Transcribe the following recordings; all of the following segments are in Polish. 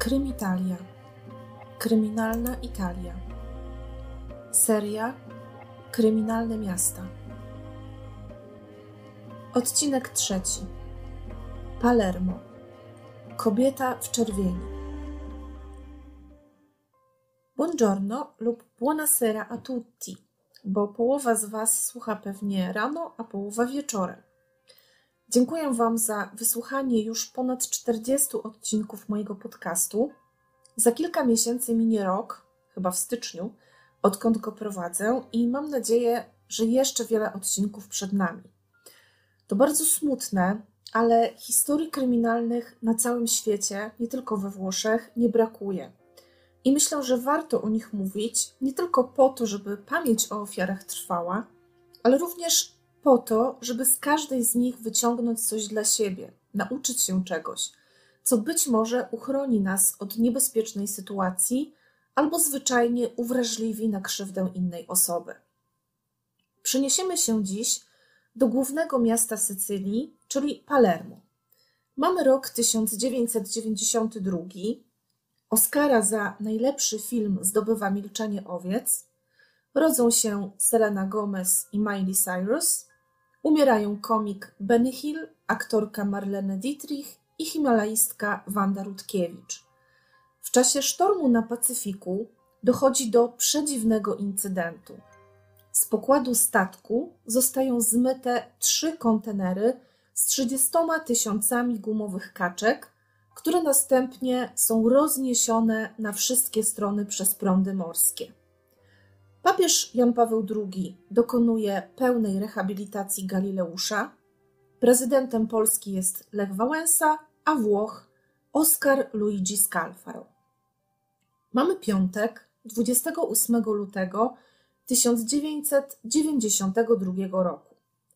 Krymitalia. Kryminalna Italia. Seria Kryminalne miasta. Odcinek 3. Palermo. Kobieta w czerwieni. Buongiorno lub buonasera a tutti, bo połowa z Was słucha pewnie rano, a połowa wieczorem. Dziękuję Wam za wysłuchanie już ponad 40 odcinków mojego podcastu. Za kilka miesięcy minie rok, chyba w styczniu, odkąd go prowadzę i mam nadzieję, że jeszcze wiele odcinków przed nami. To bardzo smutne, ale historii kryminalnych na całym świecie, nie tylko we Włoszech, nie brakuje. I myślę, że warto o nich mówić, nie tylko po to, żeby pamięć o ofiarach trwała, ale również po to, żeby z każdej z nich wyciągnąć coś dla siebie, nauczyć się czegoś, co być może uchroni nas od niebezpiecznej sytuacji albo zwyczajnie uwrażliwi na krzywdę innej osoby. Przeniesiemy się dziś do głównego miasta Sycylii, czyli Palermo. Mamy rok 1992. Oscara za najlepszy film zdobywa Milczenie owiec. Rodzą się Selena Gomez i Miley Cyrus. Umierają komik Benny Hill, aktorka Marlene Dietrich i himalaistka Wanda Rutkiewicz. W czasie sztormu na Pacyfiku dochodzi do przedziwnego incydentu. Z pokładu statku zostają zmyte 3 kontenery z 30 000 gumowych kaczek, które następnie są rozniesione na wszystkie strony przez prądy morskie. Papież Jan Paweł II dokonuje pełnej rehabilitacji Galileusza, prezydentem Polski jest Lech Wałęsa, a Włoch Oscar Luigi Scalfaro. Mamy piątek, 28 lutego 1992 roku.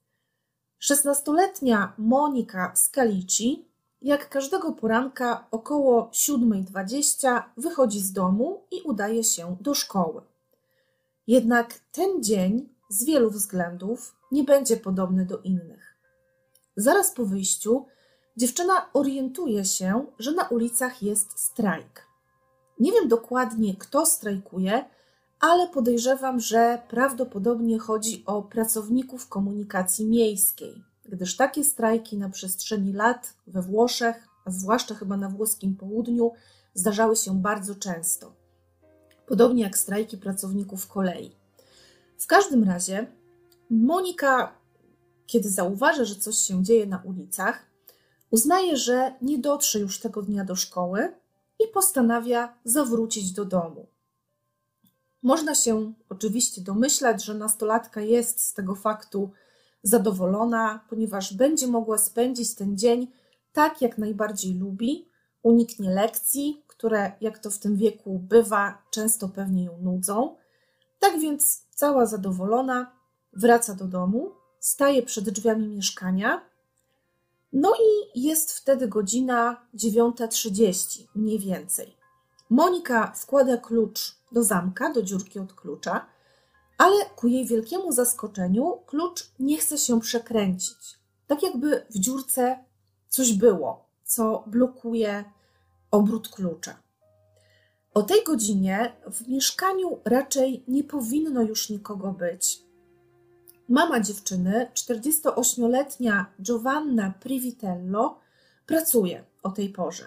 16-letnia Monika Scalici jak każdego poranka około 7:20 wychodzi z domu i udaje się do szkoły. Jednak ten dzień z wielu względów nie będzie podobny do innych. Zaraz po wyjściu dziewczyna orientuje się, że na ulicach jest strajk. Nie wiem dokładnie, kto strajkuje, ale podejrzewam, że prawdopodobnie chodzi o pracowników komunikacji miejskiej, gdyż takie strajki na przestrzeni lat we Włoszech, a zwłaszcza chyba na włoskim południu, zdarzały się bardzo często. Podobnie jak strajki pracowników kolei. W każdym razie Monika, kiedy zauważa, że coś się dzieje na ulicach, uznaje, że nie dotrze już tego dnia do szkoły i postanawia zawrócić do domu. Można się oczywiście domyślać, że nastolatka jest z tego faktu zadowolona, ponieważ będzie mogła spędzić ten dzień tak, jak najbardziej lubi, uniknie lekcji, które, jak to w tym wieku bywa, często pewnie ją nudzą. Tak więc cała zadowolona wraca do domu, staje przed drzwiami mieszkania, no i jest wtedy godzina 9:30 mniej więcej. Monika wkłada klucz do zamka, do dziurki od klucza, ale ku jej wielkiemu zaskoczeniu klucz nie chce się przekręcić. Tak jakby w dziurce coś było, co blokuje obrót klucza. O tej godzinie w mieszkaniu raczej nie powinno już nikogo być. Mama dziewczyny, 48-letnia Giovanna Privitello, pracuje o tej porze.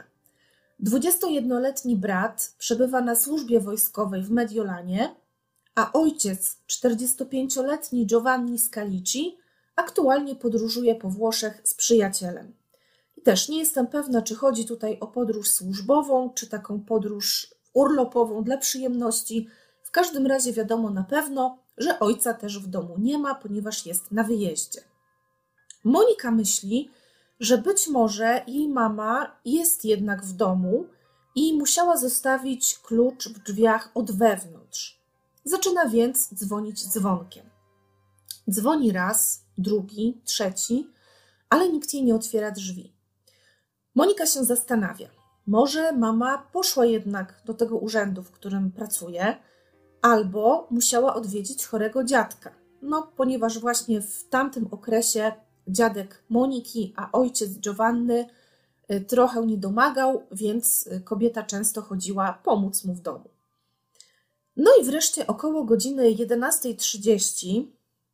21-letni brat przebywa na służbie wojskowej w Mediolanie, a ojciec, 45-letni Giovanni Scalici, aktualnie podróżuje po Włoszech z przyjacielem. I też nie jestem pewna, czy chodzi tutaj o podróż służbową, czy taką podróż urlopową dla przyjemności. W każdym razie wiadomo na pewno, że ojca też w domu nie ma, ponieważ jest na wyjeździe. Monika myśli, że być może jej mama jest jednak w domu i musiała zostawić klucz w drzwiach od wewnątrz. Zaczyna więc dzwonić dzwonkiem. Dzwoni raz, drugi, trzeci, ale nikt jej nie otwiera drzwi. Monika się zastanawia. Może mama poszła jednak do tego urzędu, w którym pracuje, albo musiała odwiedzić chorego dziadka. No, ponieważ właśnie w tamtym okresie dziadek Moniki, a ojciec Giovanny trochę nie domagał, więc kobieta często chodziła pomóc mu w domu. No i wreszcie około godziny 11:30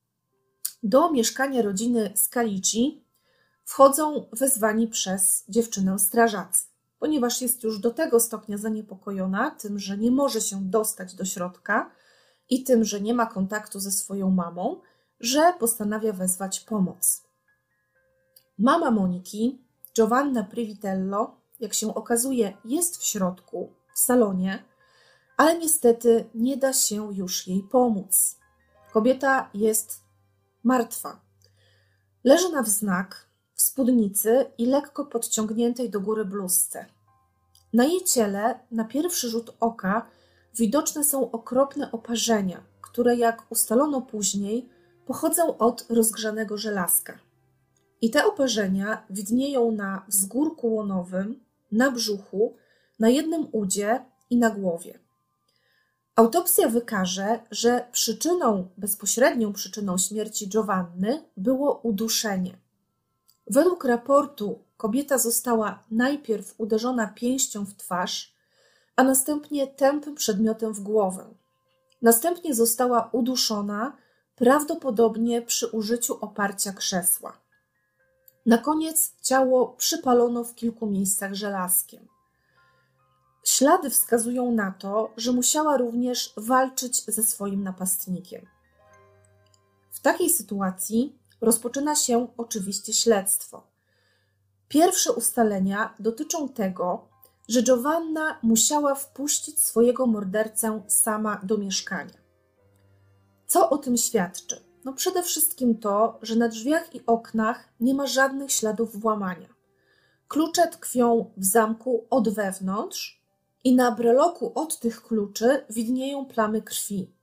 do mieszkania rodziny Scalici wchodzą wezwani przez dziewczynę strażacy, ponieważ jest już do tego stopnia zaniepokojona tym, że nie może się dostać do środka i tym, że nie ma kontaktu ze swoją mamą, że postanawia wezwać pomoc. Mama Moniki, Giovanna Privitello, jak się okazuje, jest w środku, w salonie, ale niestety nie da się już jej pomóc. Kobieta jest martwa. Leży na wznak w spódnicy i lekko podciągniętej do góry bluzce. Na jej ciele, na pierwszy rzut oka, widoczne są okropne oparzenia, które, jak ustalono później, pochodzą od rozgrzanego żelazka. I te oparzenia widnieją na wzgórku łonowym, na brzuchu, na jednym udzie i na głowie. Autopsja wykaże, że bezpośrednią przyczyną śmierci Giovanny było uduszenie. Według raportu kobieta została najpierw uderzona pięścią w twarz, a następnie tępym przedmiotem w głowę. Następnie została uduszona, prawdopodobnie przy użyciu oparcia krzesła. Na koniec ciało przypalono w kilku miejscach żelazkiem. Ślady wskazują na to, że musiała również walczyć ze swoim napastnikiem. W takiej sytuacji rozpoczyna się oczywiście śledztwo. Pierwsze ustalenia dotyczą tego, że Giovanna musiała wpuścić swojego mordercę sama do mieszkania. Co o tym świadczy? No przede wszystkim to, że na drzwiach i oknach nie ma żadnych śladów włamania. Klucze tkwią w zamku od wewnątrz i na breloku od tych kluczy widnieją plamy krwi.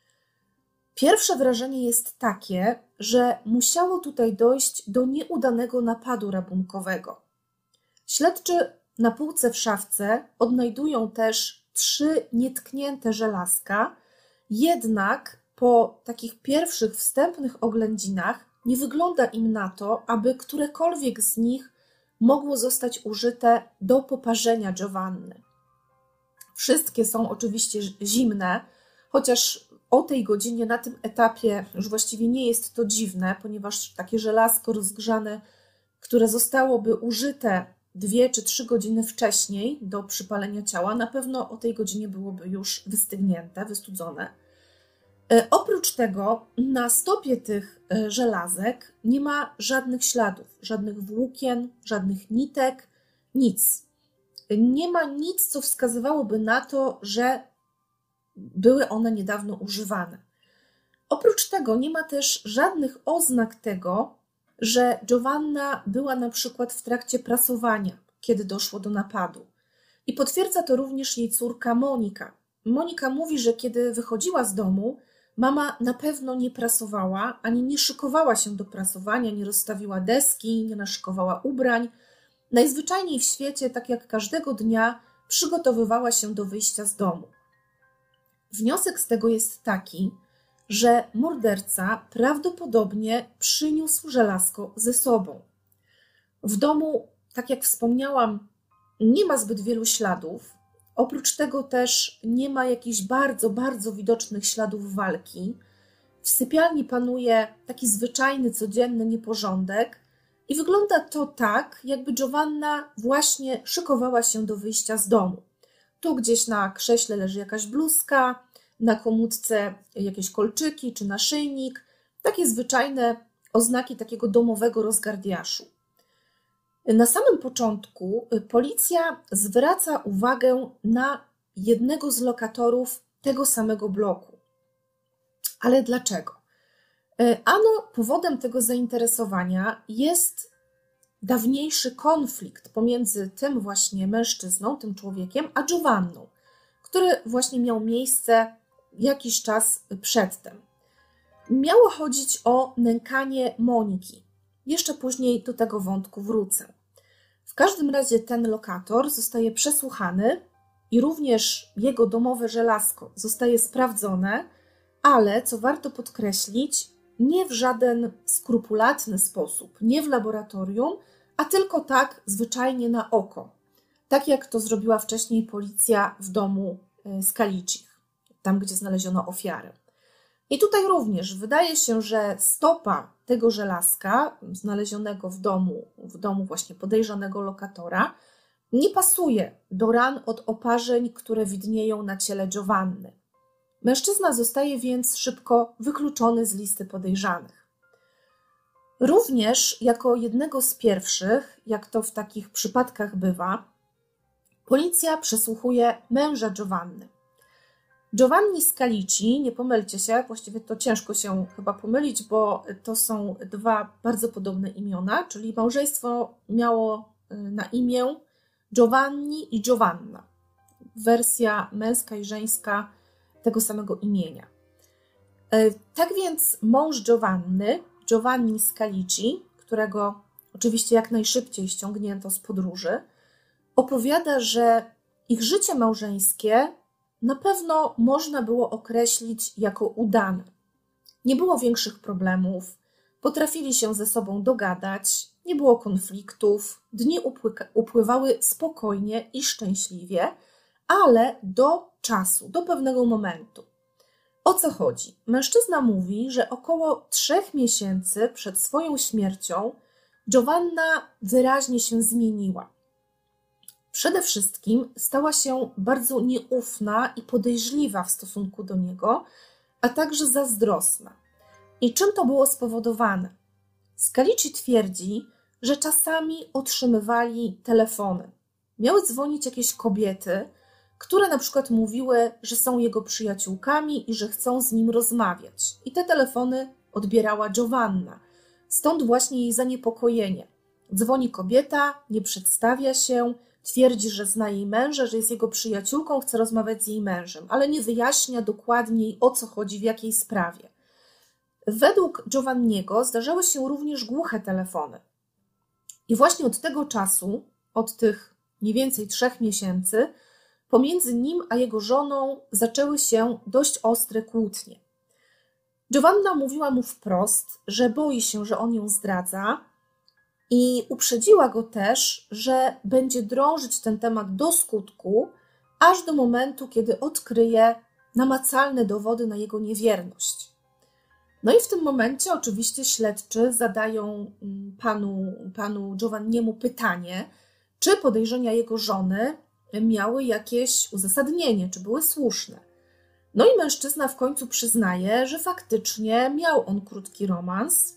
Pierwsze wrażenie jest takie, że musiało tutaj dojść do nieudanego napadu rabunkowego. Śledczy na półce w szafce odnajdują też 3 nietknięte żelazka, jednak po takich pierwszych wstępnych oględzinach nie wygląda im na to, aby którekolwiek z nich mogło zostać użyte do poparzenia Giovanny. Wszystkie są oczywiście zimne, chociaż o tej godzinie na tym etapie już właściwie nie jest to dziwne, ponieważ takie żelazko rozgrzane, które zostałoby użyte 2 czy 3 godziny wcześniej do przypalenia ciała, na pewno o tej godzinie byłoby już wystygnięte, wystudzone. Oprócz tego na stopie tych żelazek nie ma żadnych śladów, żadnych włókien, żadnych nitek, nic. Nie ma nic, co wskazywałoby na to, że były one niedawno używane. Oprócz tego nie ma też żadnych oznak tego, że Giovanna była na przykład w trakcie prasowania, kiedy doszło do napadu. I potwierdza to również jej córka Monika. Monika mówi, że kiedy wychodziła z domu, mama na pewno nie prasowała, ani nie szykowała się do prasowania, nie rozstawiła deski, nie naszykowała ubrań. Najzwyczajniej w świecie, tak jak każdego dnia, przygotowywała się do wyjścia z domu. Wniosek z tego jest taki, że morderca prawdopodobnie przyniósł żelazko ze sobą. W domu, tak jak wspomniałam, nie ma zbyt wielu śladów. Oprócz tego też nie ma jakichś bardzo, bardzo widocznych śladów walki. W sypialni panuje taki zwyczajny, codzienny nieporządek i wygląda to tak, jakby Giovanna właśnie szykowała się do wyjścia z domu. Tu gdzieś na krześle leży jakaś bluzka, na komódce jakieś kolczyki czy naszyjnik, takie zwyczajne oznaki takiego domowego rozgardiaszu. Na samym początku policja zwraca uwagę na jednego z lokatorów tego samego bloku. Ale dlaczego? Ano powodem tego zainteresowania jest dawniejszy konflikt pomiędzy tym właśnie mężczyzną, tym człowiekiem, a Giovanną, który właśnie miał miejsce jakiś czas przedtem. Miało chodzić o nękanie Moniki. Jeszcze później do tego wątku wrócę. W każdym razie ten lokator zostaje przesłuchany i również jego domowe żelazko zostaje sprawdzone, ale, co warto podkreślić, nie w żaden skrupulatny sposób, nie w laboratorium, a tylko tak zwyczajnie na oko, tak jak to zrobiła wcześniej policja w domu Scalicich, tam gdzie znaleziono ofiarę. I tutaj również wydaje się, że stopa tego żelazka znalezionego w domu właśnie podejrzanego lokatora nie pasuje do ran od oparzeń, które widnieją na ciele Giovanny. Mężczyzna zostaje więc szybko wykluczony z listy podejrzanych. Również jako jednego z pierwszych, jak to w takich przypadkach bywa, policja przesłuchuje męża Giovanny. Giovanni Scalici, nie pomylcie się, właściwie to ciężko się chyba pomylić, bo to są dwa bardzo podobne imiona, czyli małżeństwo miało na imię Giovanni i Giovanna. Wersja męska i żeńska tego samego imienia. Tak więc mąż Giovanny, Giovanni Scalici, którego oczywiście jak najszybciej ściągnięto z podróży, opowiada, że ich życie małżeńskie na pewno można było określić jako udane. Nie było większych problemów, potrafili się ze sobą dogadać, nie było konfliktów, dni upływały spokojnie i szczęśliwie, ale do czasu, do pewnego momentu. O co chodzi? Mężczyzna mówi, że około 3 miesięcy przed swoją śmiercią Giovanna wyraźnie się zmieniła. Przede wszystkim stała się bardzo nieufna i podejrzliwa w stosunku do niego, a także zazdrosna. I czym to było spowodowane? Scalici twierdzi, że czasami otrzymywali telefony. Miały dzwonić jakieś kobiety, które na przykład mówiły, że są jego przyjaciółkami i że chcą z nim rozmawiać. I te telefony odbierała Giovanna. Stąd właśnie jej zaniepokojenie. Dzwoni kobieta, nie przedstawia się, twierdzi, że zna jej męża, że jest jego przyjaciółką, chce rozmawiać z jej mężem, ale nie wyjaśnia dokładniej, o co chodzi, w jakiej sprawie. Według Giovanniego zdarzały się również głuche telefony. I właśnie od tego czasu, od tych mniej więcej 3 miesięcy, pomiędzy nim a jego żoną zaczęły się dość ostre kłótnie. Giovanna mówiła mu wprost, że boi się, że on ją zdradza i uprzedziła go też, że będzie drążyć ten temat do skutku, aż do momentu, kiedy odkryje namacalne dowody na jego niewierność. No i w tym momencie oczywiście śledczy zadają panu Giovanniemu pytanie, czy podejrzenia jego żony miały jakieś uzasadnienie, czy były słuszne. No i mężczyzna w końcu przyznaje, że faktycznie miał on krótki romans.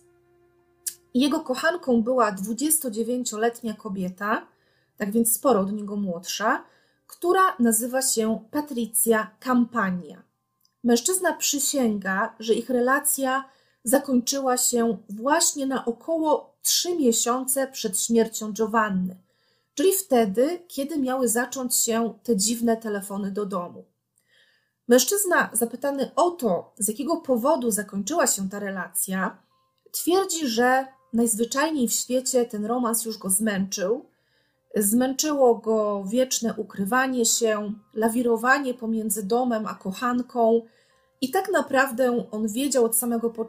Jego kochanką była 29-letnia kobieta, tak więc sporo od niego młodsza, która nazywa się Patrycja Campagna. Mężczyzna przysięga, że ich relacja zakończyła się właśnie na około 3 miesiące przed śmiercią Giovanny, czyli wtedy, kiedy miały zacząć się te dziwne telefony do domu. Mężczyzna, zapytany o to, z jakiego powodu zakończyła się ta relacja, twierdzi, że najzwyczajniej w świecie ten romans już go zmęczył. Zmęczyło go wieczne ukrywanie się, lawirowanie pomiędzy domem a kochanką i tak naprawdę on wiedział od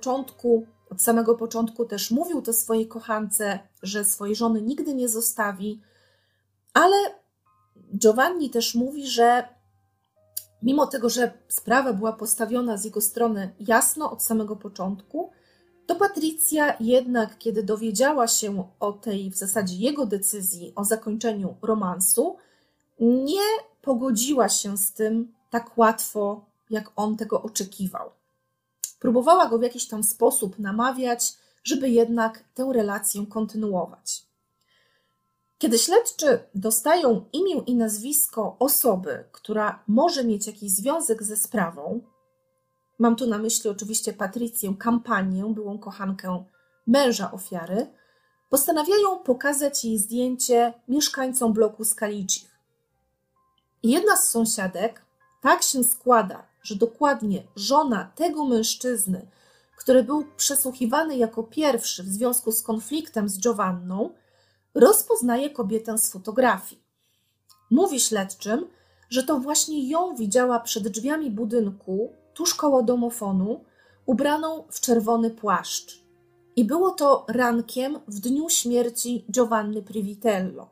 samego początku też mówił to swojej kochance, że swojej żony nigdy nie zostawi, ale Giovanni też mówi, że mimo tego, że sprawa była postawiona z jego strony jasno od samego początku, to Patrycja jednak, kiedy dowiedziała się o tej w zasadzie jego decyzji o zakończeniu romansu, nie pogodziła się z tym tak łatwo, jak on tego oczekiwał. Próbowała go w jakiś tam sposób namawiać, żeby jednak tę relację kontynuować. Kiedy śledczy dostają imię i nazwisko osoby, która może mieć jakiś związek ze sprawą, mam tu na myśli oczywiście Patrycję Campagnę, byłą kochankę męża ofiary, postanawiają pokazać jej zdjęcie mieszkańcom bloku Scalicich. I jedna z sąsiadek tak się składa, że dokładnie żona tego mężczyzny, który był przesłuchiwany jako pierwszy w związku z konfliktem z Giovanną, rozpoznaje kobietę z fotografii. Mówi śledczym, że to właśnie ją widziała przed drzwiami budynku, tuż koło domofonu, ubraną w czerwony płaszcz. I było to rankiem w dniu śmierci Giovanni Privitello.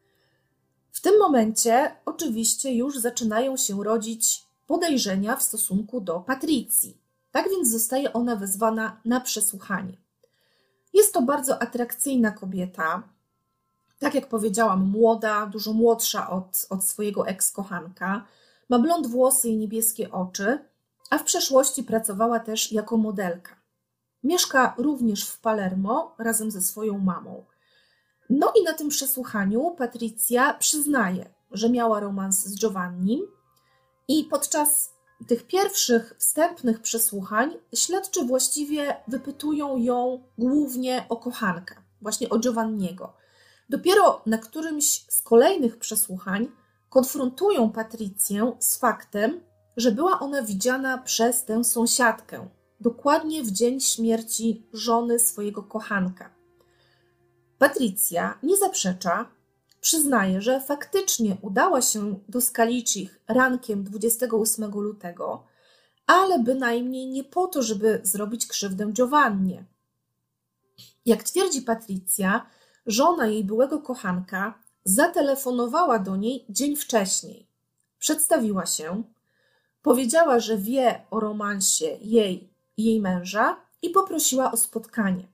W tym momencie oczywiście już zaczynają się rodzić podejrzenia w stosunku do Patrycji. Tak więc zostaje ona wezwana na przesłuchanie. Jest to bardzo atrakcyjna kobieta, tak jak powiedziałam, młoda, dużo młodsza od swojego ex-kochanka, ma blond włosy i niebieskie oczy, a w przeszłości pracowała też jako modelka. Mieszka również w Palermo razem ze swoją mamą. No i na tym przesłuchaniu Patrycja przyznaje, że miała romans z Giovannim i podczas tych pierwszych wstępnych przesłuchań śledczy właściwie wypytują ją głównie o kochanka, właśnie o Giovanniego. Dopiero na którymś z kolejnych przesłuchań konfrontują Patrycję z faktem, że była ona widziana przez tę sąsiadkę, dokładnie w dzień śmierci żony swojego kochanka. Patrycja nie zaprzecza, przyznaje, że faktycznie udała się do Scalicich rankiem 28 lutego, ale bynajmniej nie po to, żeby zrobić krzywdę Giovannie. Jak twierdzi Patrycja, żona jej byłego kochanka zatelefonowała do niej dzień wcześniej. Przedstawiła się, powiedziała, że wie o romansie jej i jej męża i poprosiła o spotkanie.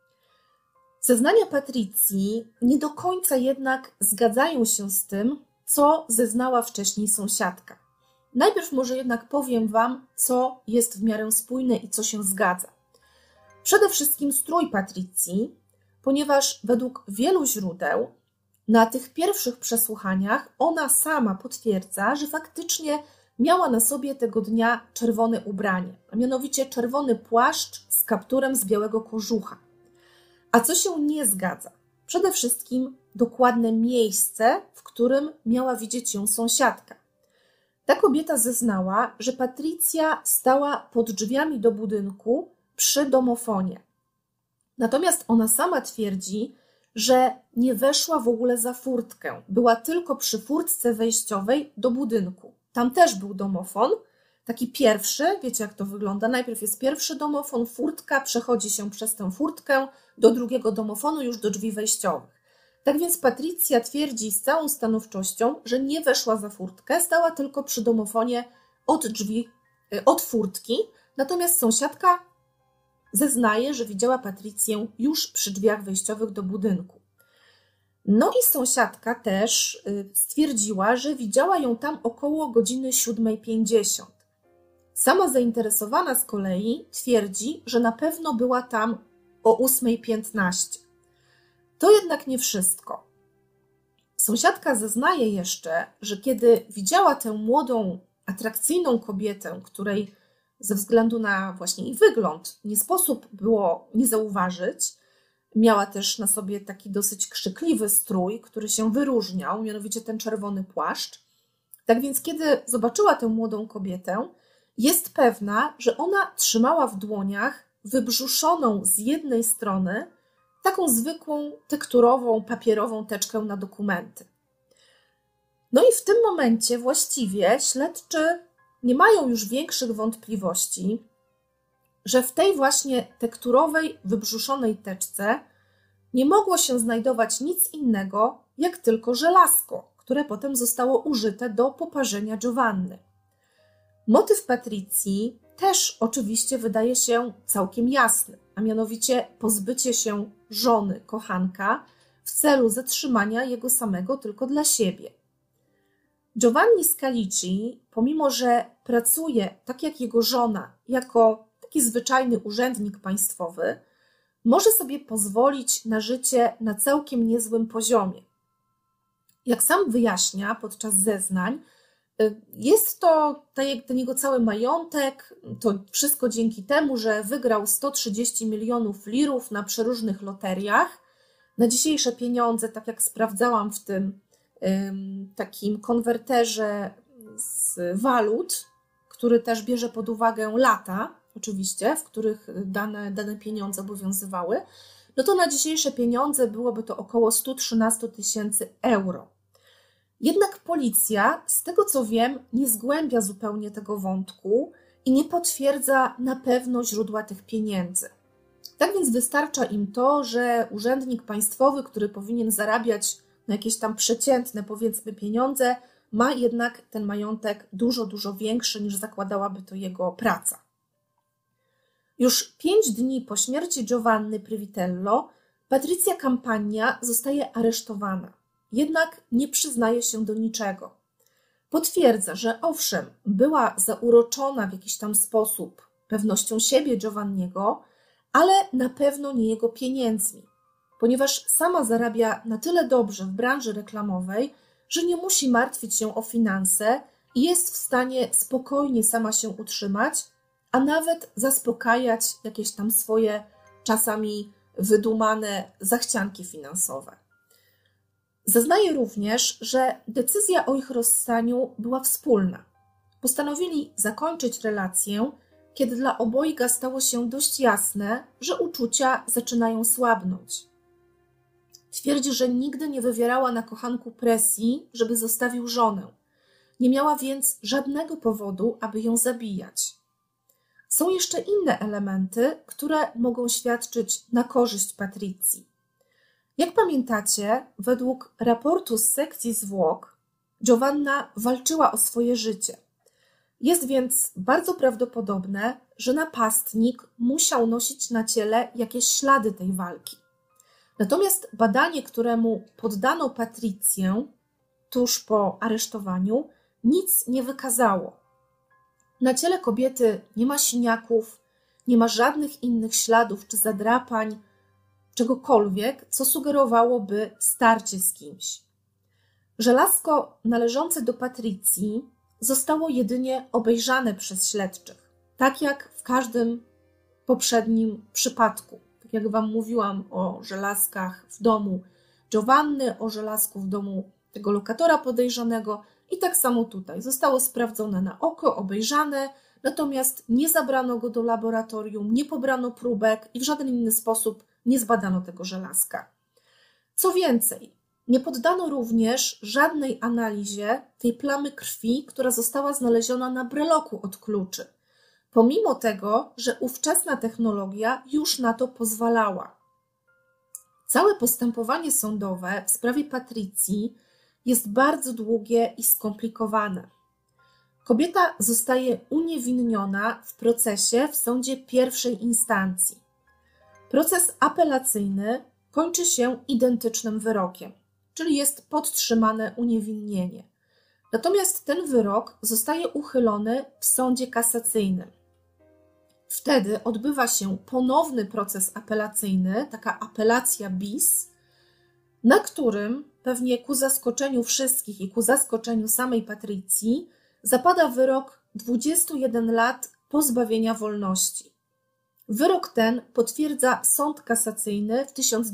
Zeznania Patrycji nie do końca jednak zgadzają się z tym, co zeznała wcześniej sąsiadka. Najpierw może jednak powiem Wam, co jest w miarę spójne i co się zgadza. Przede wszystkim strój Patrycji, ponieważ według wielu źródeł na tych pierwszych przesłuchaniach ona sama potwierdza, że faktycznie miała na sobie tego dnia czerwone ubranie, a mianowicie czerwony płaszcz z kapturem z białego kożucha. A co się nie zgadza? Przede wszystkim dokładne miejsce, w którym miała widzieć ją sąsiadka. Ta kobieta zeznała, że Patrycja stała pod drzwiami do budynku przy domofonie. Natomiast ona sama twierdzi, że nie weszła w ogóle za furtkę. Była tylko przy furtce wejściowej do budynku. Tam też był domofon, taki pierwszy, wiecie jak to wygląda. Najpierw jest pierwszy domofon, furtka, przechodzi się przez tę furtkę do drugiego domofonu, już do drzwi wejściowych. Tak więc Patrycja twierdzi z całą stanowczością, że nie weszła za furtkę, stała tylko przy domofonie od drzwi, od furtki, natomiast sąsiadka zeznaje, że widziała Patrycję już przy drzwiach wejściowych do budynku. No i sąsiadka też stwierdziła, że widziała ją tam około godziny 7:50. Sama zainteresowana z kolei twierdzi, że na pewno była tam o 8:15. To jednak nie wszystko. Sąsiadka zeznaje jeszcze, że kiedy widziała tę młodą, atrakcyjną kobietę, której ze względu na właśnie jej wygląd nie sposób było nie zauważyć, miała też na sobie taki dosyć krzykliwy strój, który się wyróżniał, mianowicie ten czerwony płaszcz. Tak więc kiedy zobaczyła tę młodą kobietę, jest pewna, że ona trzymała w dłoniach wybrzuszoną z jednej strony taką zwykłą, tekturową, papierową teczkę na dokumenty. No i w tym momencie właściwie śledczy nie mają już większych wątpliwości, że w tej właśnie tekturowej, wybrzuszonej teczce nie mogło się znajdować nic innego, jak tylko żelazko, które potem zostało użyte do poparzenia Giovanny. Motyw Patrycji też oczywiście wydaje się całkiem jasny, a mianowicie pozbycie się żony, kochanka w celu zatrzymania jego samego tylko dla siebie. Giovanni Scalici, pomimo że pracuje tak jak jego żona, jako taki zwyczajny urzędnik państwowy, może sobie pozwolić na życie na całkiem niezłym poziomie. Jak sam wyjaśnia podczas zeznań, jest to ten jego cały majątek, to wszystko dzięki temu, że wygrał 130 milionów lirów na przeróżnych loteriach. Na dzisiejsze pieniądze, tak jak sprawdzałam w tym takim konwerterze z walut, który też bierze pod uwagę lata, oczywiście, w których dane pieniądze obowiązywały, no to na dzisiejsze pieniądze byłoby to około 113 000 euro. Jednak policja, z tego co wiem, nie zgłębia zupełnie tego wątku i nie potwierdza na pewno źródła tych pieniędzy. Tak więc wystarcza im to, że urzędnik państwowy, który powinien zarabiać na jakieś tam przeciętne, powiedzmy, pieniądze, ma jednak ten majątek dużo, dużo większy niż zakładałaby to jego praca. Już 5 dni po śmierci Giovanny Privitello Patrycja Campagna zostaje aresztowana, jednak nie przyznaje się do niczego. Potwierdza, że owszem, była zauroczona w jakiś tam sposób pewnością siebie Giovanniego, ale na pewno nie jego pieniędzmi, ponieważ sama zarabia na tyle dobrze w branży reklamowej, że nie musi martwić się o finanse i jest w stanie spokojnie sama się utrzymać, a nawet zaspokajać jakieś tam swoje czasami wydumane zachcianki finansowe. Zeznaje również, że decyzja o ich rozstaniu była wspólna. Postanowili zakończyć relację, kiedy dla obojga stało się dość jasne, że uczucia zaczynają słabnąć. Twierdzi, że nigdy nie wywierała na kochanku presji, żeby zostawił żonę. Nie miała więc żadnego powodu, aby ją zabijać. Są jeszcze inne elementy, które mogą świadczyć na korzyść Patrycji. Jak pamiętacie, według raportu z sekcji zwłok, Giovanna walczyła o swoje życie. Jest więc bardzo prawdopodobne, że napastnik musiał nosić na ciele jakieś ślady tej walki. Natomiast badanie, któremu poddano Patrycję tuż po aresztowaniu, nic nie wykazało. Na ciele kobiety nie ma siniaków, nie ma żadnych innych śladów czy zadrapań, czegokolwiek, co sugerowałoby starcie z kimś. Żelazko należące do Patrycji zostało jedynie obejrzane przez śledczych, tak jak w każdym poprzednim przypadku. Tak jak Wam mówiłam o żelazkach w domu Giovanny, o żelazku w domu tego lokatora podejrzanego i tak samo tutaj. Zostało sprawdzone na oko, obejrzane, natomiast nie zabrano go do laboratorium, nie pobrano próbek i w żaden inny sposób nie zbadano tego żelazka. Co więcej, nie poddano również żadnej analizie tej plamy krwi, która została znaleziona na breloku od kluczy, pomimo tego, że ówczesna technologia już na to pozwalała. Całe postępowanie sądowe w sprawie Patrycji jest bardzo długie i skomplikowane. Kobieta zostaje uniewinniona w procesie w sądzie pierwszej instancji. Proces apelacyjny kończy się identycznym wyrokiem, czyli jest podtrzymane uniewinnienie. Natomiast ten wyrok zostaje uchylony w sądzie kasacyjnym. Wtedy odbywa się ponowny proces apelacyjny, taka apelacja bis, na którym pewnie ku zaskoczeniu wszystkich i ku zaskoczeniu samej Patrycji zapada wyrok 21 lat pozbawienia wolności. Wyrok ten potwierdza sąd kasacyjny w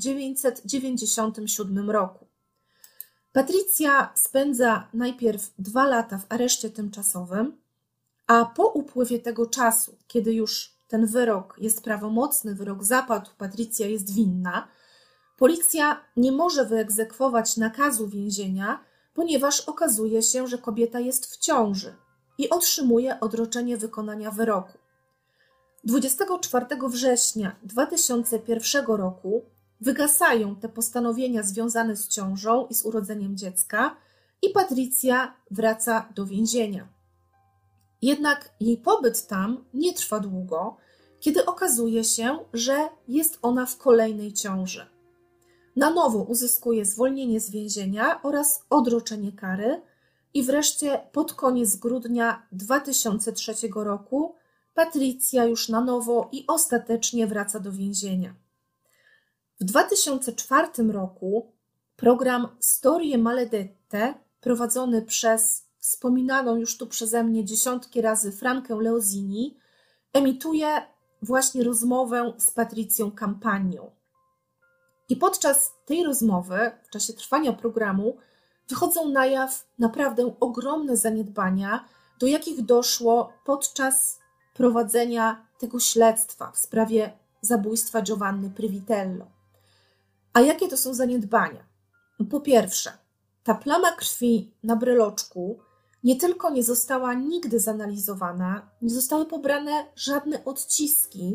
1997 roku. Patrycja spędza najpierw 2 lata w areszcie tymczasowym, a po upływie tego czasu, kiedy już ten wyrok jest prawomocny, wyrok zapadł, Patrycja jest winna, policja nie może wyegzekwować nakazu więzienia, ponieważ okazuje się, że kobieta jest w ciąży i otrzymuje odroczenie wykonania wyroku. 24 września 2001 roku wygasają te postanowienia związane z ciążą i z urodzeniem dziecka i Patrycja wraca do więzienia. Jednak jej pobyt tam nie trwa długo, kiedy okazuje się, że jest ona w kolejnej ciąży. Na nowo uzyskuje zwolnienie z więzienia oraz odroczenie kary i wreszcie pod koniec grudnia 2003 roku Patrycja już na nowo i ostatecznie wraca do więzienia. W 2004 roku program Storie Maledette, prowadzony przez wspominaną już tu przeze mnie dziesiątki razy Frankę Leosini, emituje właśnie rozmowę z Patrycją Campagną. I podczas tej rozmowy, w czasie trwania programu, wychodzą na jaw naprawdę ogromne zaniedbania, do jakich doszło podczas prowadzenia tego śledztwa w sprawie zabójstwa Giovanny Privitello. A jakie to są zaniedbania? Po pierwsze, ta plama krwi na breloczku nie tylko nie została nigdy zanalizowana, nie zostały pobrane żadne odciski,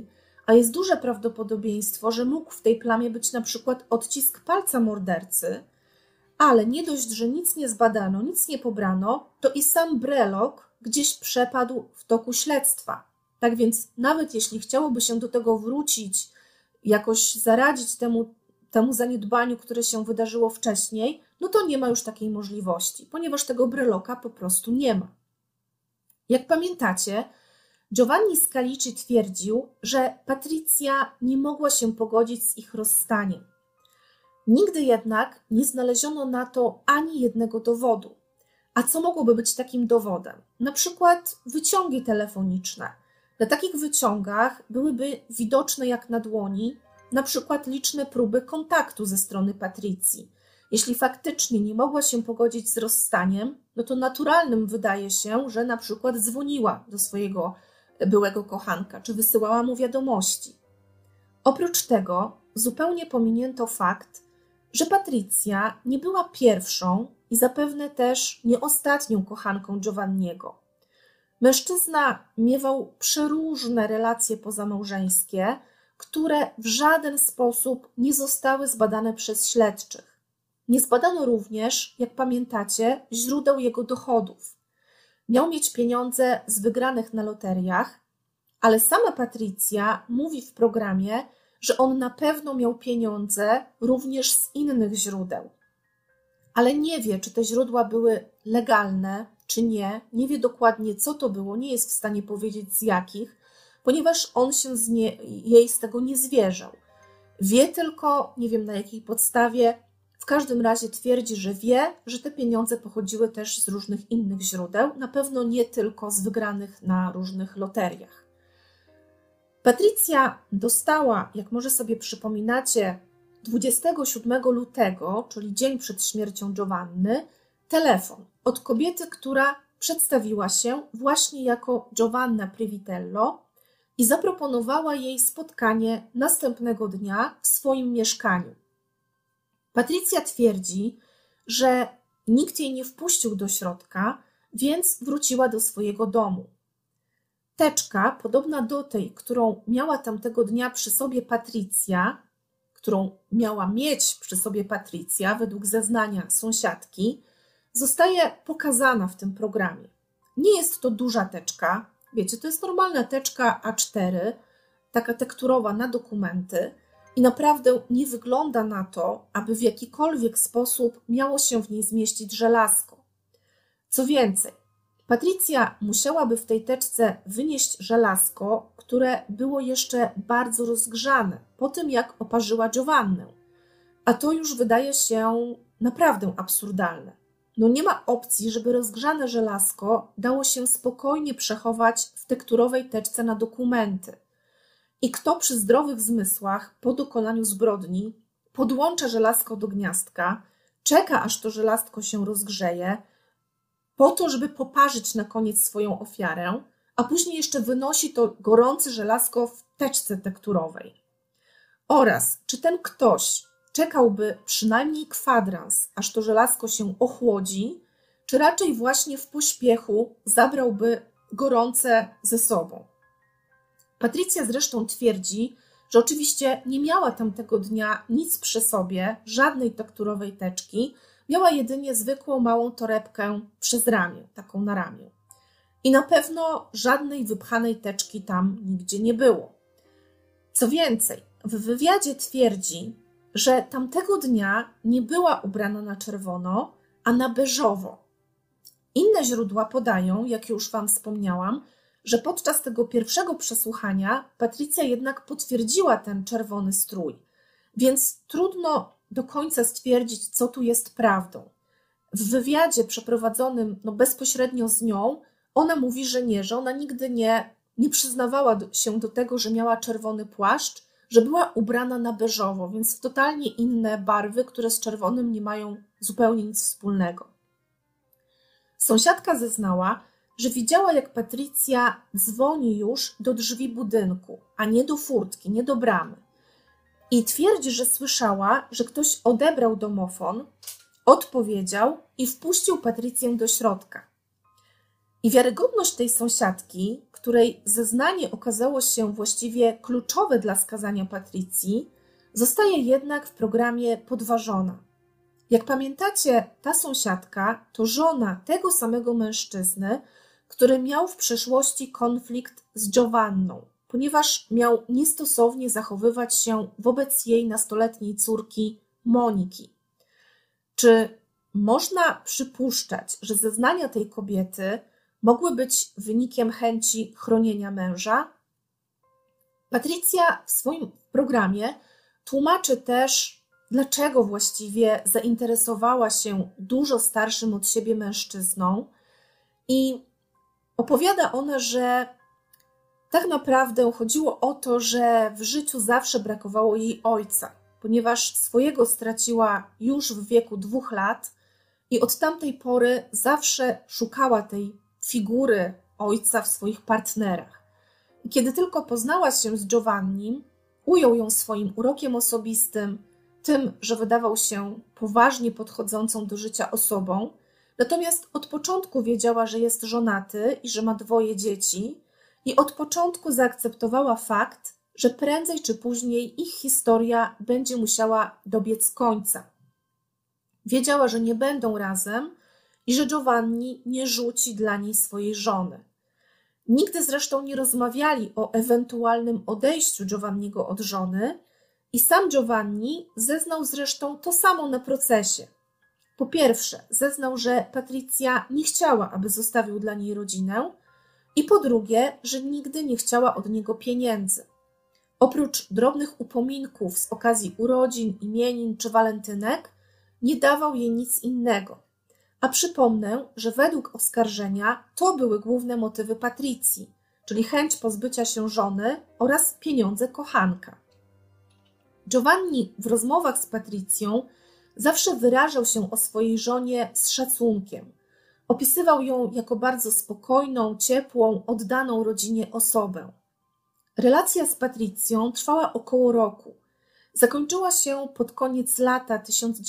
a jest duże prawdopodobieństwo, że mógł w tej plamie być na przykład odcisk palca mordercy, ale nie dość, że nic nie zbadano, nic nie pobrano, to i sam brelok gdzieś przepadł w toku śledztwa. Tak więc nawet jeśli chciałoby się do tego wrócić, jakoś zaradzić temu zaniedbaniu, które się wydarzyło wcześniej, no to nie ma już takiej możliwości, ponieważ tego breloka po prostu nie ma. Jak pamiętacie, Giovanni Scalici twierdził, że Patrycja nie mogła się pogodzić z ich rozstaniem. Nigdy jednak nie znaleziono na to ani jednego dowodu. A co mogłoby być takim dowodem? Na przykład wyciągi telefoniczne. Na takich wyciągach byłyby widoczne jak na dłoni na przykład liczne próby kontaktu ze strony Patrycji. Jeśli faktycznie nie mogła się pogodzić z rozstaniem, no to naturalnym wydaje się, że na przykład dzwoniła do swojego byłego kochanka, czy wysyłała mu wiadomości. Oprócz tego zupełnie pominięto fakt, że Patrycja nie była pierwszą i zapewne też nie ostatnią kochanką Giovanniego. Mężczyzna miewał przeróżne relacje pozamałżeńskie, które w żaden sposób nie zostały zbadane przez śledczych. Nie zbadano również, jak pamiętacie, źródeł jego dochodów. Miał mieć pieniądze z wygranych na loteriach, ale sama Patrycja mówi w programie, że on na pewno miał pieniądze również z innych źródeł. Ale nie wie, czy te źródła były legalne, czy nie. Nie wie dokładnie, co to było, nie jest w stanie powiedzieć z jakich, ponieważ on się jej z tego nie zwierzał. Wie tylko, nie wiem na jakiej podstawie, w każdym razie twierdzi, że wie, że te pieniądze pochodziły też z różnych innych źródeł, na pewno nie tylko z wygranych na różnych loteriach. Patrycja dostała, jak może sobie przypominacie, 27 lutego, czyli dzień przed śmiercią Giovanny, telefon od kobiety, która przedstawiła się właśnie jako Giovanna Privitello i zaproponowała jej spotkanie następnego dnia w swoim mieszkaniu. Patrycja twierdzi, że nikt jej nie wpuścił do środka, więc wróciła do swojego domu. Teczka, podobna do tej, którą miała tamtego dnia przy sobie Patrycja, którą miała mieć przy sobie Patrycja według zeznania sąsiadki, zostaje pokazana w tym programie. Nie jest to duża teczka, wiecie, to jest normalna teczka A4, taka tekturowa na dokumenty i naprawdę nie wygląda na to, aby w jakikolwiek sposób miało się w niej zmieścić żelazko. Co więcej, Patrycja musiałaby w tej teczce wynieść żelazko, które było jeszcze bardzo rozgrzane po tym, jak oparzyła Giovannę. A to już wydaje się naprawdę absurdalne. No nie ma opcji, żeby rozgrzane żelazko dało się spokojnie przechować w tekturowej teczce na dokumenty. I kto przy zdrowych zmysłach po dokonaniu zbrodni podłącza żelazko do gniazdka, czeka aż to żelazko się rozgrzeje, po to, żeby poparzyć na koniec swoją ofiarę, a później jeszcze wynosi to gorące żelazko w teczce tekturowej. Oraz czy ten ktoś czekałby przynajmniej kwadrans, aż to żelazko się ochłodzi, czy raczej właśnie w pośpiechu zabrałby gorące ze sobą. Patrycja zresztą twierdzi, że oczywiście nie miała tamtego dnia nic przy sobie, żadnej tekturowej teczki, miała jedynie zwykłą małą torebkę przez ramię, taką na ramię. I na pewno żadnej wypchanej teczki tam nigdzie nie było. Co więcej, w wywiadzie twierdzi, że tamtego dnia nie była ubrana na czerwono, a na beżowo. Inne źródła podają, jak już Wam wspomniałam, że podczas tego pierwszego przesłuchania Patrycja jednak potwierdziła ten czerwony strój, więc trudno do końca stwierdzić, co tu jest prawdą. W wywiadzie przeprowadzonym bezpośrednio z nią, ona mówi, że nie, że ona nigdy nie przyznawała się do tego, że miała czerwony płaszcz, że była ubrana na beżowo, więc totalnie inne barwy, które z czerwonym nie mają zupełnie nic wspólnego. Sąsiadka zeznała, że widziała, jak Patrycja dzwoni już do drzwi budynku, a nie do furtki, nie do bramy. I twierdzi, że słyszała, że ktoś odebrał domofon, odpowiedział i wpuścił Patrycję do środka. I wiarygodność tej sąsiadki, której zeznanie okazało się właściwie kluczowe dla skazania Patrycji, zostaje jednak w programie podważona. Jak pamiętacie, ta sąsiadka to żona tego samego mężczyzny, który miał w przeszłości konflikt z Giovanną, ponieważ miał niestosownie zachowywać się wobec jej nastoletniej córki Moniki. Czy można przypuszczać, że zeznania tej kobiety mogły być wynikiem chęci chronienia męża? Patrycja w swoim programie tłumaczy też, dlaczego właściwie zainteresowała się dużo starszym od siebie mężczyzną i opowiada ona, że tak naprawdę chodziło o to, że w życiu zawsze brakowało jej ojca, ponieważ swojego straciła już w wieku 2 lat i od tamtej pory zawsze szukała tej figury ojca w swoich partnerach. I kiedy tylko poznała się z Giovannim, ujął ją swoim urokiem osobistym, tym, że wydawał się poważnie podchodzącą do życia osobą, natomiast od początku wiedziała, że jest żonaty i że ma 2 dzieci i od początku zaakceptowała fakt, że prędzej czy później ich historia będzie musiała dobiec końca. Wiedziała, że nie będą razem i że Giovanni nie rzuci dla niej swojej żony. Nigdy zresztą nie rozmawiali o ewentualnym odejściu Giovanniego od żony i sam Giovanni zeznał zresztą to samo na procesie. Po pierwsze, zeznał, że Patrycja nie chciała, aby zostawił dla niej rodzinę i po drugie, że nigdy nie chciała od niego pieniędzy. Oprócz drobnych upominków z okazji urodzin, imienin czy walentynek, nie dawał jej nic innego. A przypomnę, że według oskarżenia to były główne motywy Patrycji, czyli chęć pozbycia się żony oraz pieniądze kochanka. Giovanni w rozmowach z Patrycją zawsze wyrażał się o swojej żonie z szacunkiem. Opisywał ją jako bardzo spokojną, ciepłą, oddaną rodzinie osobę. Relacja z Patrycją trwała około roku. Zakończyła się pod koniec lata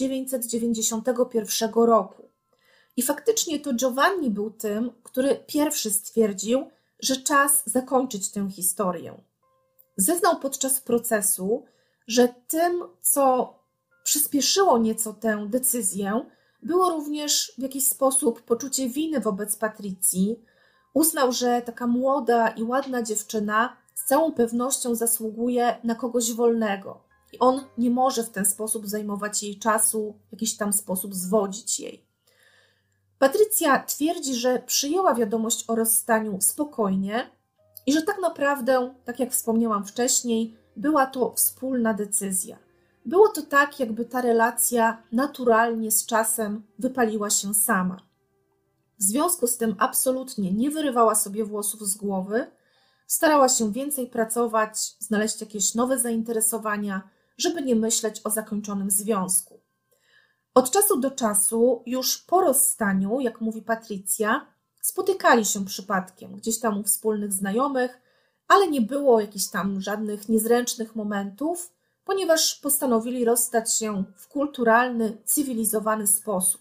1991 roku. I faktycznie to Giovanni był tym, który pierwszy stwierdził, że czas zakończyć tę historię. Zeznał podczas procesu, że tym, co przyspieszyło nieco tę decyzję, było również w jakiś sposób poczucie winy wobec Patrycji. Uznał, że taka młoda i ładna dziewczyna z całą pewnością zasługuje na kogoś wolnego i on nie może w ten sposób zajmować jej czasu, w jakiś tam sposób zwodzić jej. Patrycja twierdzi, że przyjęła wiadomość o rozstaniu spokojnie i że tak naprawdę, tak jak wspomniałam wcześniej, była to wspólna decyzja. Było to tak, jakby ta relacja naturalnie z czasem wypaliła się sama. W związku z tym absolutnie nie wyrywała sobie włosów z głowy, starała się więcej pracować, znaleźć jakieś nowe zainteresowania, żeby nie myśleć o zakończonym związku. Od czasu do czasu, już po rozstaniu, jak mówi Patrycja, spotykali się przypadkiem, gdzieś tam u wspólnych znajomych, ale nie było jakichś tam żadnych niezręcznych momentów, ponieważ postanowili rozstać się w kulturalny, cywilizowany sposób.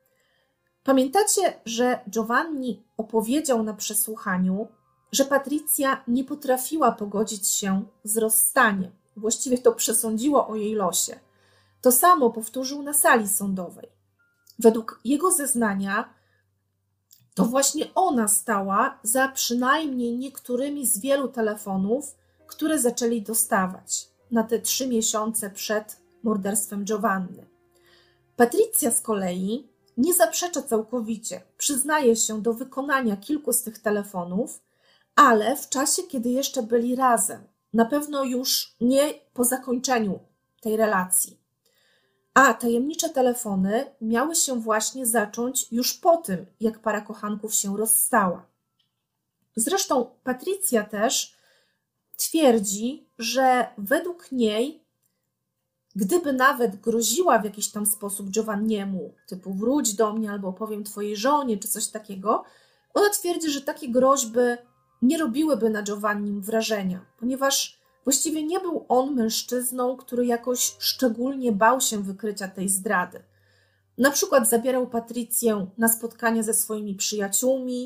Pamiętacie, że Giovanni opowiedział na przesłuchaniu, że Patrycja nie potrafiła pogodzić się z rozstaniem. Właściwie to przesądziło o jej losie. To samo powtórzył na sali sądowej. Według jego zeznania to właśnie ona stała za przynajmniej niektórymi z wielu telefonów, które zaczęli dostawać na te 3 miesiące przed morderstwem Giovanny. Patrycja z kolei nie zaprzecza całkowicie, przyznaje się do wykonania kilku z tych telefonów, ale w czasie, kiedy jeszcze byli razem, na pewno już nie po zakończeniu tej relacji. A tajemnicze telefony miały się właśnie zacząć już po tym, jak para kochanków się rozstała. Zresztą Patrycja też twierdzi, że według niej, gdyby nawet groziła w jakiś tam sposób Giovanniemu, typu wróć do mnie albo opowiem twojej żonie czy coś takiego, ona twierdzi, że takie groźby nie robiłyby na Giovannim wrażenia, ponieważ właściwie nie był on mężczyzną, który jakoś szczególnie bał się wykrycia tej zdrady. Na przykład zabierał Patrycję na spotkania ze swoimi przyjaciółmi,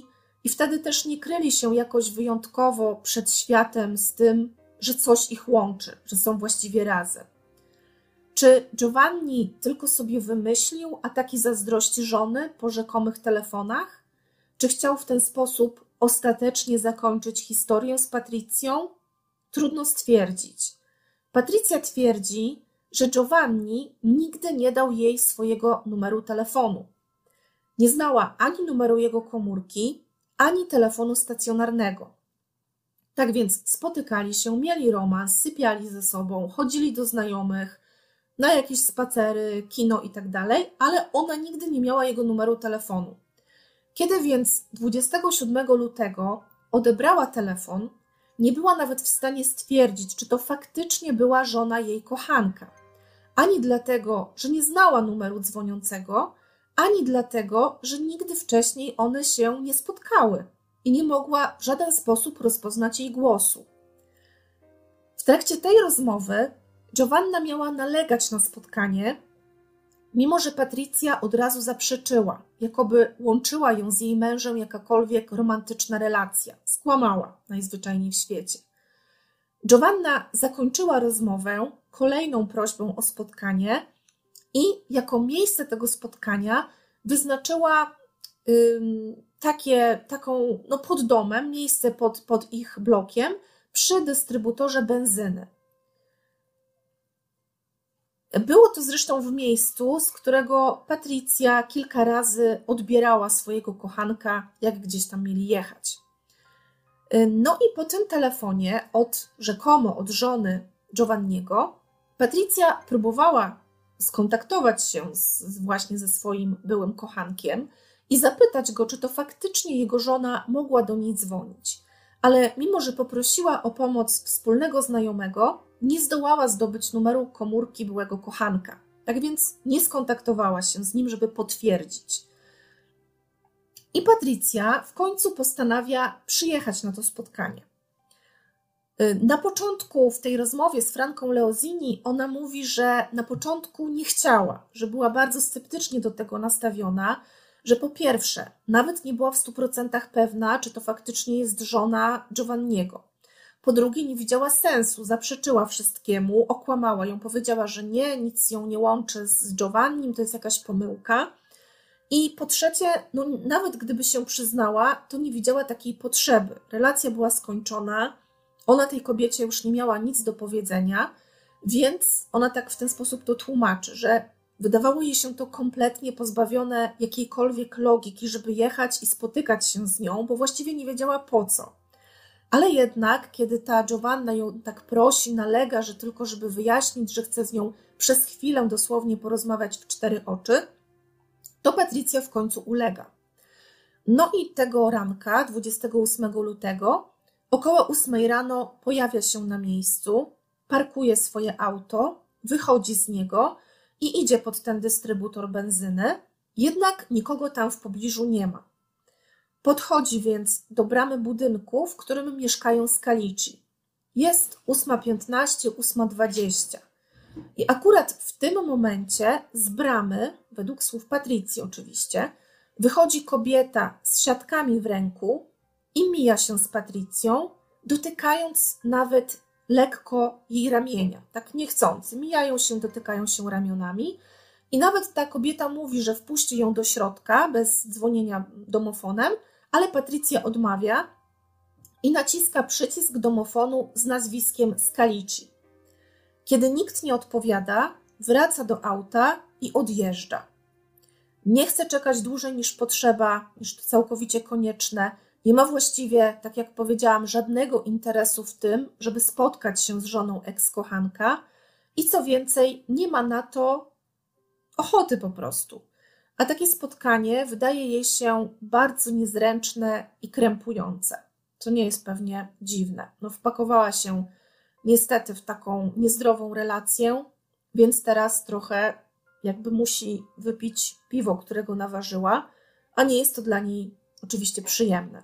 i wtedy też nie kryli się jakoś wyjątkowo przed światem z tym, że coś ich łączy, że są właściwie razem. Czy Giovanni tylko sobie wymyślił ataki zazdrości żony po rzekomych telefonach? Czy chciał w ten sposób ostatecznie zakończyć historię z Patrycją? Trudno stwierdzić. Patrycja twierdzi, że Giovanni nigdy nie dał jej swojego numeru telefonu. Nie znała ani numeru jego komórki, ani telefonu stacjonarnego. Tak więc spotykali się, mieli romans, sypiali ze sobą, chodzili do znajomych, na jakieś spacery, kino i tak dalej, ale ona nigdy nie miała jego numeru telefonu. Kiedy więc 27 lutego odebrała telefon, nie była nawet w stanie stwierdzić, czy to faktycznie była żona jej kochanka. Ani dlatego, że nie znała numeru dzwoniącego, ani dlatego, że nigdy wcześniej one się nie spotkały i nie mogła w żaden sposób rozpoznać jej głosu. W trakcie tej rozmowy Giovanna miała nalegać na spotkanie, mimo że Patrycja od razu zaprzeczyła, jakoby łączyła ją z jej mężem jakakolwiek romantyczna relacja. Skłamała najzwyczajniej w świecie. Giovanna zakończyła rozmowę kolejną prośbą o spotkanie i jako miejsce tego spotkania wyznaczyła taką pod domem, miejsce pod ich blokiem przy dystrybutorze benzyny. Było to zresztą w miejscu, z którego Patrycja kilka razy odbierała swojego kochanka, jak gdzieś tam mieli jechać. No i po tym telefonie rzekomo od żony Giovanniego, Patrycja próbowała skontaktować się właśnie ze swoim byłym kochankiem i zapytać go, czy to faktycznie jego żona mogła do niej dzwonić. Ale mimo że poprosiła o pomoc wspólnego znajomego, nie zdołała zdobyć numeru komórki byłego kochanka. Tak więc nie skontaktowała się z nim, żeby potwierdzić. I Patrycja w końcu postanawia przyjechać na to spotkanie. Na początku w tej rozmowie z Franką Leosini ona mówi, że na początku nie chciała, że była bardzo sceptycznie do tego nastawiona, że po pierwsze nawet nie była w 100% pewna, czy to faktycznie jest żona Giovanniego. Po drugie nie widziała sensu, zaprzeczyła wszystkiemu, okłamała ją, powiedziała, że nie, nic ją nie łączy z Giovannim, to jest jakaś pomyłka. I po trzecie, nawet gdyby się przyznała, to nie widziała takiej potrzeby. Relacja była skończona, ona tej kobiecie już nie miała nic do powiedzenia, więc ona tak w ten sposób to tłumaczy, że wydawało jej się to kompletnie pozbawione jakiejkolwiek logiki, żeby jechać i spotykać się z nią, bo właściwie nie wiedziała po co. Ale jednak, kiedy ta Giovanna ją tak prosi, nalega, że tylko żeby wyjaśnić, że chce z nią przez chwilę dosłownie porozmawiać w 4 oczy, to Patrycja w końcu ulega. No i tego ranka, 28 lutego, około 8 rano pojawia się na miejscu, parkuje swoje auto, wychodzi z niego i idzie pod ten dystrybutor benzyny, jednak nikogo tam w pobliżu nie ma. Podchodzi więc do bramy budynku, w którym mieszkają Scalici. Jest 8:15, 8:20. I akurat w tym momencie z bramy, według słów Patrycji oczywiście, wychodzi kobieta z siatkami w ręku i mija się z Patrycją, dotykając nawet lekko jej ramienia, tak niechcący. Mijają się, dotykają się ramionami i nawet ta kobieta mówi, że wpuści ją do środka bez dzwonienia domofonem, ale Patrycja odmawia i naciska przycisk domofonu z nazwiskiem Scalici. Kiedy nikt nie odpowiada, wraca do auta i odjeżdża. Nie chce czekać dłużej niż potrzeba, niż to całkowicie konieczne. Nie ma właściwie, tak jak powiedziałam, żadnego interesu w tym, żeby spotkać się z żoną eks-kochanka i co więcej, nie ma na to ochoty po prostu. A takie spotkanie wydaje jej się bardzo niezręczne i krępujące, co nie jest pewnie dziwne. Wpakowała się niestety w taką niezdrową relację, więc teraz trochę jakby musi wypić piwo, którego naważyła, a nie jest to dla niej oczywiście przyjemne.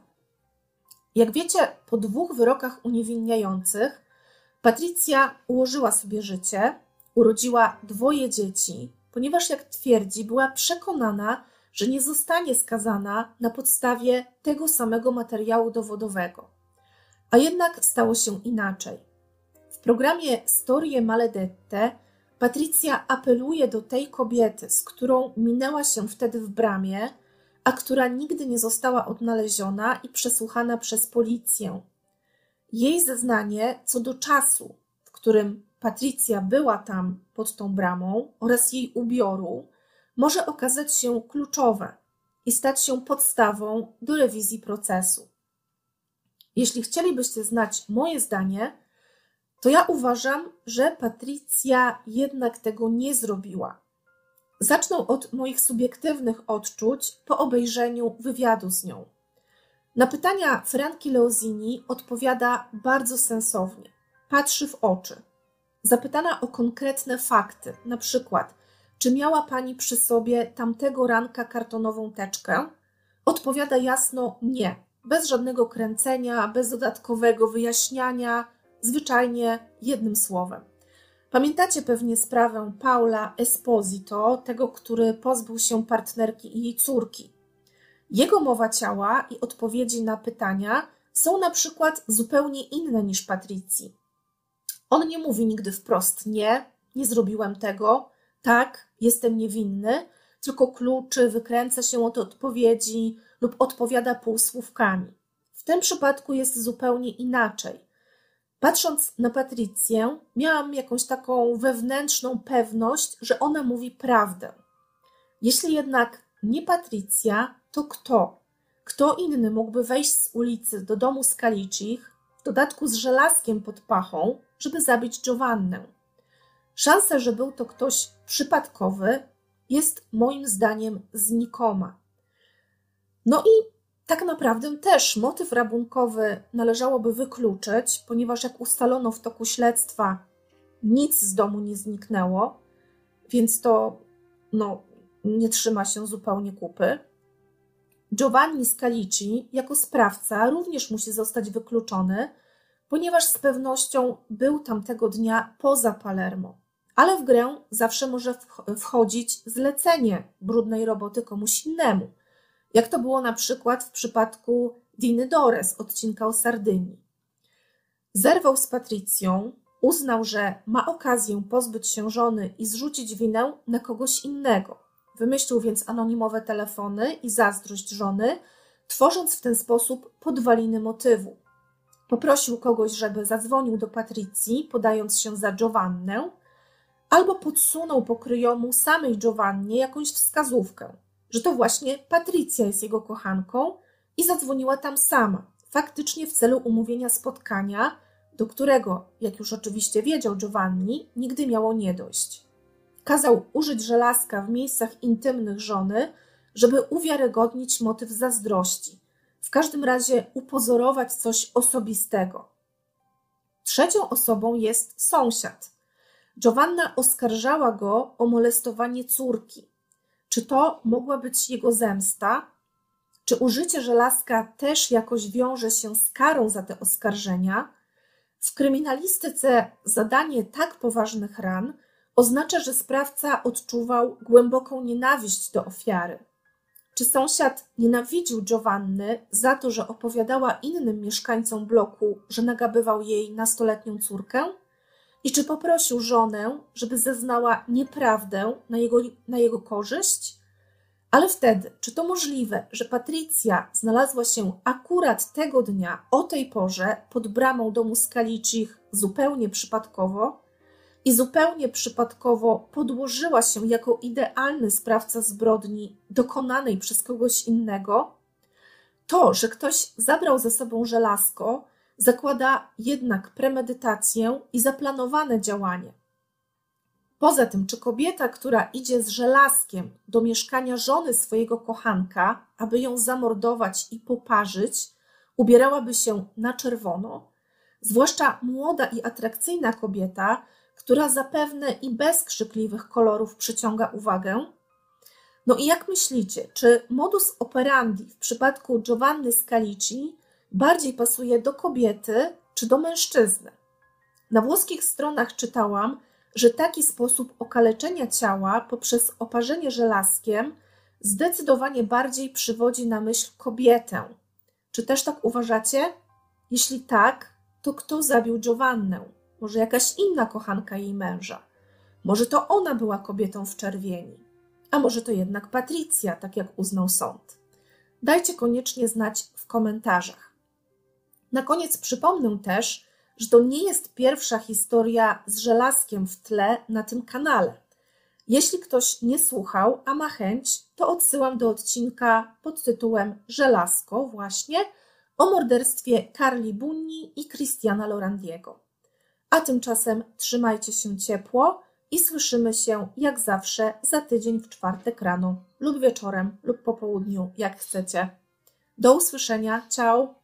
Jak wiecie, po 2 wyrokach uniewinniających Patrycja ułożyła sobie życie, urodziła 2 dzieci, ponieważ jak twierdzi, była przekonana, że nie zostanie skazana na podstawie tego samego materiału dowodowego. A jednak stało się inaczej. W programie Storie Maledette Patrycja apeluje do tej kobiety, z którą minęła się wtedy w bramie, a która nigdy nie została odnaleziona i przesłuchana przez policję. Jej zeznanie co do czasu, w którym Patrycja była tam pod tą bramą oraz jej ubioru, może okazać się kluczowe i stać się podstawą do rewizji procesu. Jeśli chcielibyście znać moje zdanie, to ja uważam, że Patrycja jednak tego nie zrobiła. Zacznę od moich subiektywnych odczuć po obejrzeniu wywiadu z nią. Na pytania Franki Leosini odpowiada bardzo sensownie. Patrzy w oczy. Zapytana o konkretne fakty, na przykład, czy miała pani przy sobie tamtego ranka kartonową teczkę? Odpowiada jasno nie, bez żadnego kręcenia, bez dodatkowego wyjaśniania, zwyczajnie jednym słowem. Pamiętacie pewnie sprawę Paula Esposito, tego, który pozbył się partnerki i jej córki. Jego mowa ciała i odpowiedzi na pytania są na przykład zupełnie inne niż Patrycji. On nie mówi nigdy wprost nie zrobiłem tego, tak, jestem niewinny, tylko kluczy, wykręca się od odpowiedzi lub odpowiada półsłówkami. W tym przypadku jest zupełnie inaczej. Patrząc na Patrycję, miałam jakąś taką wewnętrzną pewność, że ona mówi prawdę. Jeśli jednak nie Patrycja, to kto? Kto inny mógłby wejść z ulicy do domu Scalicich, w dodatku z żelazkiem pod pachą, żeby zabić Giovannę? Szansa, że był to ktoś przypadkowy, jest moim zdaniem znikoma. No i tak naprawdę też motyw rabunkowy należałoby wykluczyć, ponieważ jak ustalono w toku śledztwa, nic z domu nie zniknęło, więc to nie trzyma się zupełnie kupy. Giovanni Scalici jako sprawca również musi zostać wykluczony, ponieważ z pewnością był tamtego dnia poza Palermo. Ale w grę zawsze może wchodzić zlecenie brudnej roboty komuś innemu, jak to było na przykład w przypadku Diny Dore z odcinka o Sardynii. Zerwał z Patrycją, uznał, że ma okazję pozbyć się żony i zrzucić winę na kogoś innego. Wymyślił więc anonimowe telefony i zazdrość żony, tworząc w ten sposób podwaliny motywu. Poprosił kogoś, żeby zadzwonił do Patrycji, podając się za Giovannę, albo podsunął pokryjomu samej Giovannie jakąś wskazówkę, że to właśnie Patrycja jest jego kochanką i zadzwoniła tam sama, faktycznie w celu umówienia spotkania, do którego, jak już oczywiście wiedział Giovanni, nigdy miało nie dojść. Kazał użyć żelazka w miejscach intymnych żony, żeby uwiarygodnić motyw zazdrości, w każdym razie upozorować coś osobistego. Trzecią osobą jest sąsiad. Giovanna oskarżała go o molestowanie córki. Czy to mogła być jego zemsta? Czy użycie żelazka też jakoś wiąże się z karą za te oskarżenia? W kryminalistyce zadanie tak poważnych ran oznacza, że sprawca odczuwał głęboką nienawiść do ofiary. Czy sąsiad nienawidził Giovanny za to, że opowiadała innym mieszkańcom bloku, że nagabywał jej nastoletnią córkę? I czy poprosił żonę, żeby zeznała nieprawdę na jego korzyść? Ale wtedy, czy to możliwe, że Patrycja znalazła się akurat tego dnia, o tej porze, pod bramą domu Scalicich zupełnie przypadkowo i zupełnie przypadkowo podłożyła się jako idealny sprawca zbrodni dokonanej przez kogoś innego? To, że ktoś zabrał ze sobą żelazko, zakłada jednak premedytację i zaplanowane działanie. Poza tym, czy kobieta, która idzie z żelazkiem do mieszkania żony swojego kochanka, aby ją zamordować i poparzyć, ubierałaby się na czerwono, zwłaszcza młoda i atrakcyjna kobieta, która zapewne i bez krzykliwych kolorów przyciąga uwagę? No i jak myślicie, czy modus operandi w przypadku Giovanny Scalici bardziej pasuje do kobiety czy do mężczyzny? Na włoskich stronach czytałam, że taki sposób okaleczenia ciała poprzez oparzenie żelazkiem zdecydowanie bardziej przywodzi na myśl kobietę. Czy też tak uważacie? Jeśli tak, to kto zabił Giovannę? Może jakaś inna kochanka jej męża? Może to ona była kobietą w czerwieni? A może to jednak Patrycja, tak jak uznał sąd? Dajcie koniecznie znać w komentarzach. Na koniec przypomnę też, że to nie jest pierwsza historia z żelazkiem w tle na tym kanale. Jeśli ktoś nie słuchał, a ma chęć, to odsyłam do odcinka pod tytułem Żelazko właśnie o morderstwie Carli Bunni i Cristiana Lorandiego. A tymczasem trzymajcie się ciepło i słyszymy się jak zawsze za tydzień w czwartek rano lub wieczorem lub po południu, jak chcecie. Do usłyszenia, ciao!